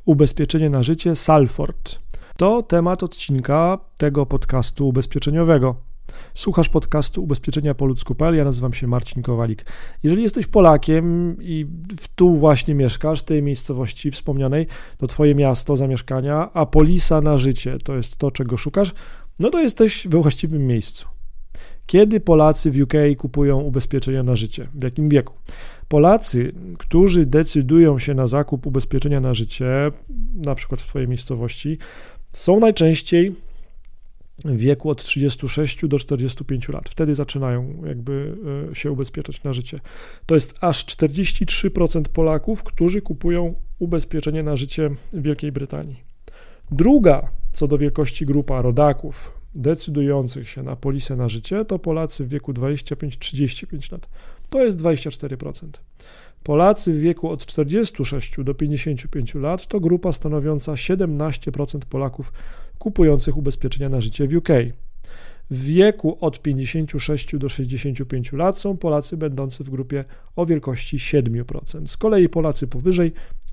Ubezpieczenie na życie Salford. To temat odcinka tego podcastu ubezpieczeniowego. Słuchasz podcastu Ubezpieczenia po ludzku.pl, ja nazywam się Marcin Kowalik. Jeżeli jesteś Polakiem i tu właśnie mieszkasz, w tej miejscowości wspomnianej, to twoje miasto zamieszkania, a polisa na życie to jest to, czego szukasz, no to jesteś we właściwym miejscu. Kiedy Polacy w UK kupują ubezpieczenia na życie? W jakim wieku? Polacy, którzy decydują się na zakup ubezpieczenia na życie, na przykład w twojej miejscowości, są najczęściej w wieku od 36 do 45 lat. Wtedy zaczynają się ubezpieczać na życie. To jest aż 43% Polaków, którzy kupują ubezpieczenie na życie w Wielkiej Brytanii. Druga co do wielkości grupa rodaków decydujących się na polisę na życie to Polacy w wieku 25-35 lat. To jest 24%. Polacy w wieku od 46 do 55 lat to grupa stanowiąca 17% Polaków kupujących ubezpieczenia na życie w UK. W wieku od 56 do 65 lat są Polacy będący w grupie o wielkości 7%. Z kolei Polacy powyżej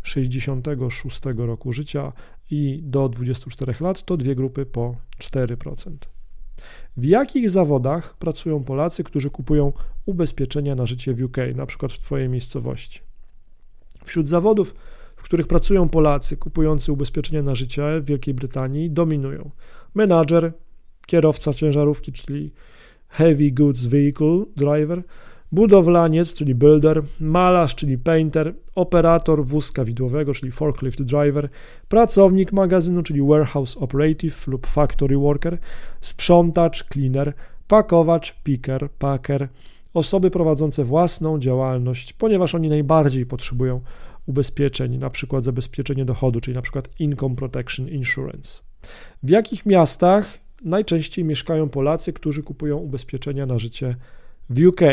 66 roku życia i do 24 lat to dwie grupy po 4%. W jakich zawodach pracują Polacy, którzy kupują ubezpieczenia na życie w UK, na przykład w twojej miejscowości? Wśród zawodów, w których pracują Polacy kupujący ubezpieczenia na życie w Wielkiej Brytanii dominują menadżer, kierowca ciężarówki, czyli heavy goods vehicle driver, budowlaniec, czyli builder, malarz, czyli painter, operator wózka widłowego, czyli forklift driver, pracownik magazynu, czyli warehouse operative lub factory worker, sprzątacz, cleaner, pakowacz, picker, packer, osoby prowadzące własną działalność, ponieważ oni najbardziej potrzebują ubezpieczeń, na przykład zabezpieczenie dochodu, czyli na przykład income protection insurance. W jakich miastach najczęściej mieszkają Polacy, którzy kupują ubezpieczenia na życie w UK?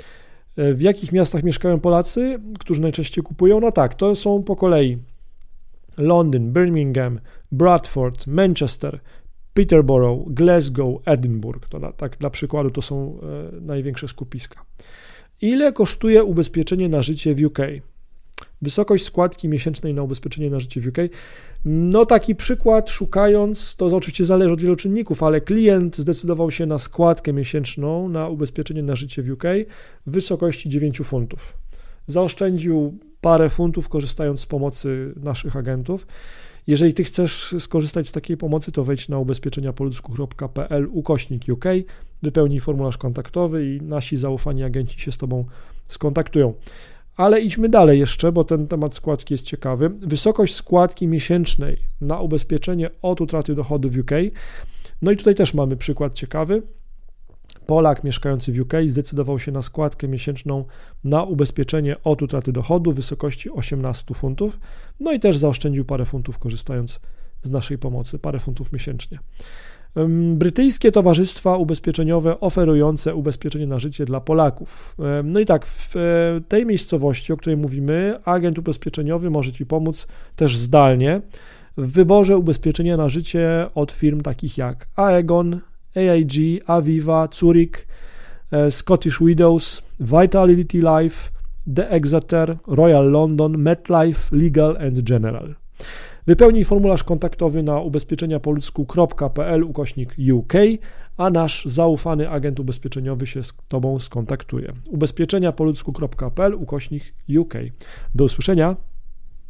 W jakich miastach mieszkają Polacy, którzy najczęściej kupują? No tak, to są po kolei Londyn, Birmingham, Bradford, Manchester, Peterborough, Glasgow, Edynburgh. To tak dla przykładu to są największe skupiska. Ile kosztuje ubezpieczenie na życie w UK? Wysokość składki miesięcznej na ubezpieczenie na życie w UK. No taki przykład szukając, to oczywiście zależy od wielu czynników, ale klient zdecydował się na składkę miesięczną na ubezpieczenie na życie w UK w wysokości 9 funtów. Zaoszczędził parę funtów korzystając z pomocy naszych agentów. Jeżeli ty chcesz skorzystać z takiej pomocy, to wejdź na ubezpieczeniapoludzku.pl/UK, wypełnij formularz kontaktowy i nasi zaufani agenci się z tobą skontaktują. Ale idźmy dalej jeszcze, bo ten temat składki jest ciekawy. Wysokość składki miesięcznej na ubezpieczenie od utraty dochodu w UK. No i tutaj też mamy przykład ciekawy. Polak mieszkający w UK zdecydował się na składkę miesięczną na ubezpieczenie od utraty dochodu w wysokości 18 funtów. No i też zaoszczędził parę funtów korzystając z naszej pomocy, parę funtów miesięcznie. Brytyjskie towarzystwa ubezpieczeniowe oferujące ubezpieczenie na życie dla Polaków. No i tak, w tej miejscowości, o której mówimy, agent ubezpieczeniowy może ci pomóc też zdalnie w wyborze ubezpieczenia na życie od firm takich jak Aegon, AIG, Aviva, Zurich, Scottish Widows, Vitality Life, The Exeter, Royal London, MetLife, Legal & General. Wypełnij formularz kontaktowy na ubezpieczeniapoludzku.pl/UK, a nasz zaufany agent ubezpieczeniowy się z tobą skontaktuje. ubezpieczeniapoludzku.pl/UK. Do usłyszenia.